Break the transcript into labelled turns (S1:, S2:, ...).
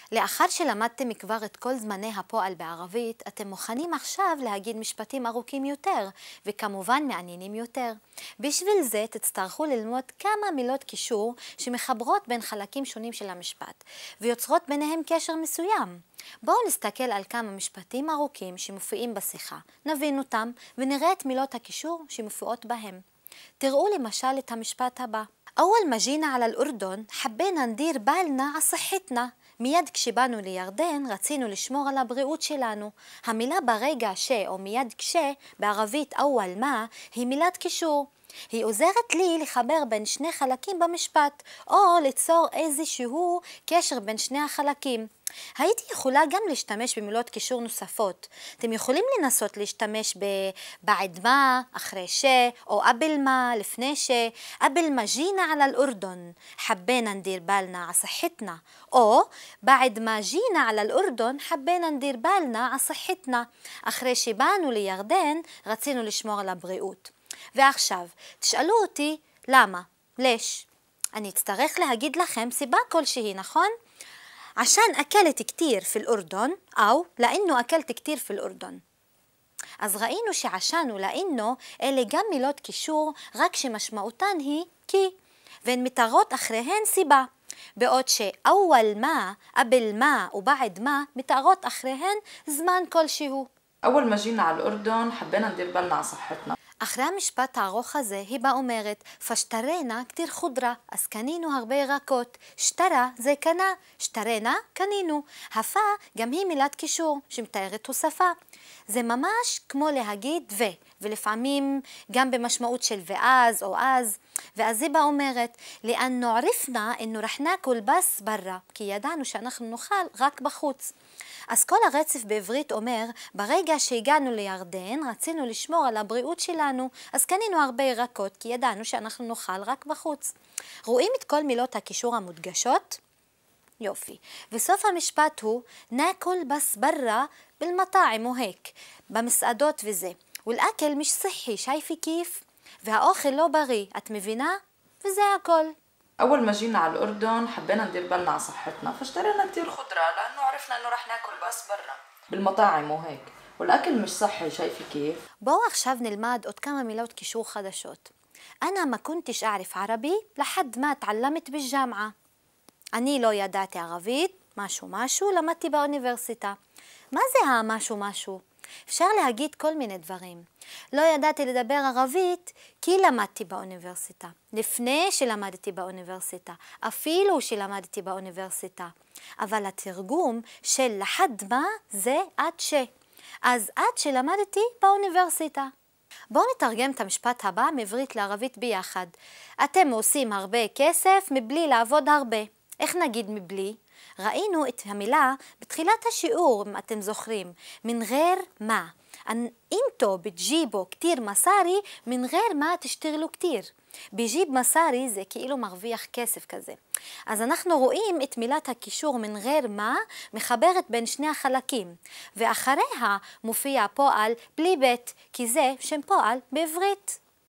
S1: לאחר שלמדתם כבר את כל זמני הפועל בערבית, אתם מוכנים עכשיו להגיד משפטים ארוכים יותר, וכמובן מעניינים יותר. בשביל זה תצטרכו ללמוד כמה מילות קישור שמחברות בין חלקים שונים של המשפט, ויוצרות ביניהם קשר מסוים. בואו נסתכל על כמה משפטים ארוכים שמופיעים בשיחה, נבין אותם ונראה את מילות הקישור שמופיעות בהם. תראו למשל את המשפט הבא. أول ما جينا على الأردن حبينا ندير بالنا على صحتنا. מיד כשבאנו לירדן רצינו לשמור על הבריאות שלנו. המילה ברגע ש או מיד כש בערבית אוול מה היא מילת קישור. היא עוזרת לי לחבר בין שני חלקים במשפט או ליצור איזשהו קשר בין שני החלקים. הייתי יכולה גם להשתמש במילות קישור נוספות. אתם יכולים לנסות להשתמש בבעד מה, אחרי ש, או אבל מה, לפני ש, אבל מה ג'ינה על אל-אורדון, חבינה נדיר בלנה על صحتنا, או בעד מה ג'ינה על אל-אורדון, חבינה נדיר בלנה על صحتنا, אחרי שבאנו לירדן רצינו לשמור על הבריאות. ועכשיו, תשאלו אותי למה, לש. אני אצטרך להגיד לכם סיבה כלשהי, נכון? عشان أكلت كتير في الأردن أو لأنه أكلت كتير في الأردن. אז ראינו שעשן ולאינו אלה גם מילות קישור רק שמשמעותן היא כי, והן מתארות אחריהן סיבה. בעוד שאול מה, אבל מה ובעד מה מתארות אחריהן זמן כלשהו.
S2: أول ما جينا على الأردن حبينا ندير بالنا على صحتنا.
S1: אחרי המשפט הארוך הזה היא באה אומרת פשטרנה כתיר חודרה, אז קנינו הרבה ירקות. שטרה זה קנה, שטרנה קנינו. הפה גם היא מילת קישור שמתארת תוספה. זה ממש כמו להגיד ולפעמים גם במשמעות של ואז או אז. ואז היא באה אומרת לאנו ערפנה אינו רח נאכול בס ברא, כי ידענו שאנחנו נאכל רק בחוץ. אז כל הרצף בעברית אומר, ברגע שהגענו לירדן רצינו לשמור על הבריאות שלנו, אז קנינו הרבה ירקות כי ידענו שאנחנו נאכל רק בחוץ. רואים את כל מילות הקישור המודגשות? יופי. וסוף המשפט הוא, נאכול בס ברא بالمطاعم وهيك, במסעדות וזה. ולאכל מש صحي, شايفي كيف? והאוכל לא בריא, את מבינה? וזה הכל.
S2: أول ما جينا على الأردن حبينا ندير بالنا على صحتنا فاشترينا كتير خضرة لأنه عرفنا إنه رح ناكل بس برا بالمطاعم وهيك والأكل مش صحي شايفي كيف؟
S1: בואו עכשיו נלמד עוד כמה מילות קישור חדשות. أنا ما كنتش أعرف عربي لحد ما تعلمت بالجامعة. אני לא ידעתי ערבית, משהו, למדתי באוניברסיטה. מה זה משהו? אפשר להגיד כל מיני דברים. לא ידעתי לדבר ערבית כי למדתי באוניברסיטה. לפני שלמדתי באוניברסיטה, אפילו שלמדתי באוניברסיטה. אבל התרגום של לחד מה זה עד ש. אז עד שלמדתי באוניברסיטה. בואו נתרגם את המשפט הבא מעברית לערבית ביחד. אתם עושים הרבה כסף מבלי לעבוד הרבה. איך נגיד מבלי? ראינו את המילה בתחילת השיעור, אם אתם זוכרים, מן غير מה. انتو بتجيبوا كتير مصاري من غير ما تشتغلوا كتير. بيجيب مصاري זה כאילו מרוויח כסף כזה. אז אנחנו רואים את מילת הקישור מן غير מה מחברת בין שני החלקים, ואחריה מופיע פועל בלי בית, כי זה שם פועל בעברית.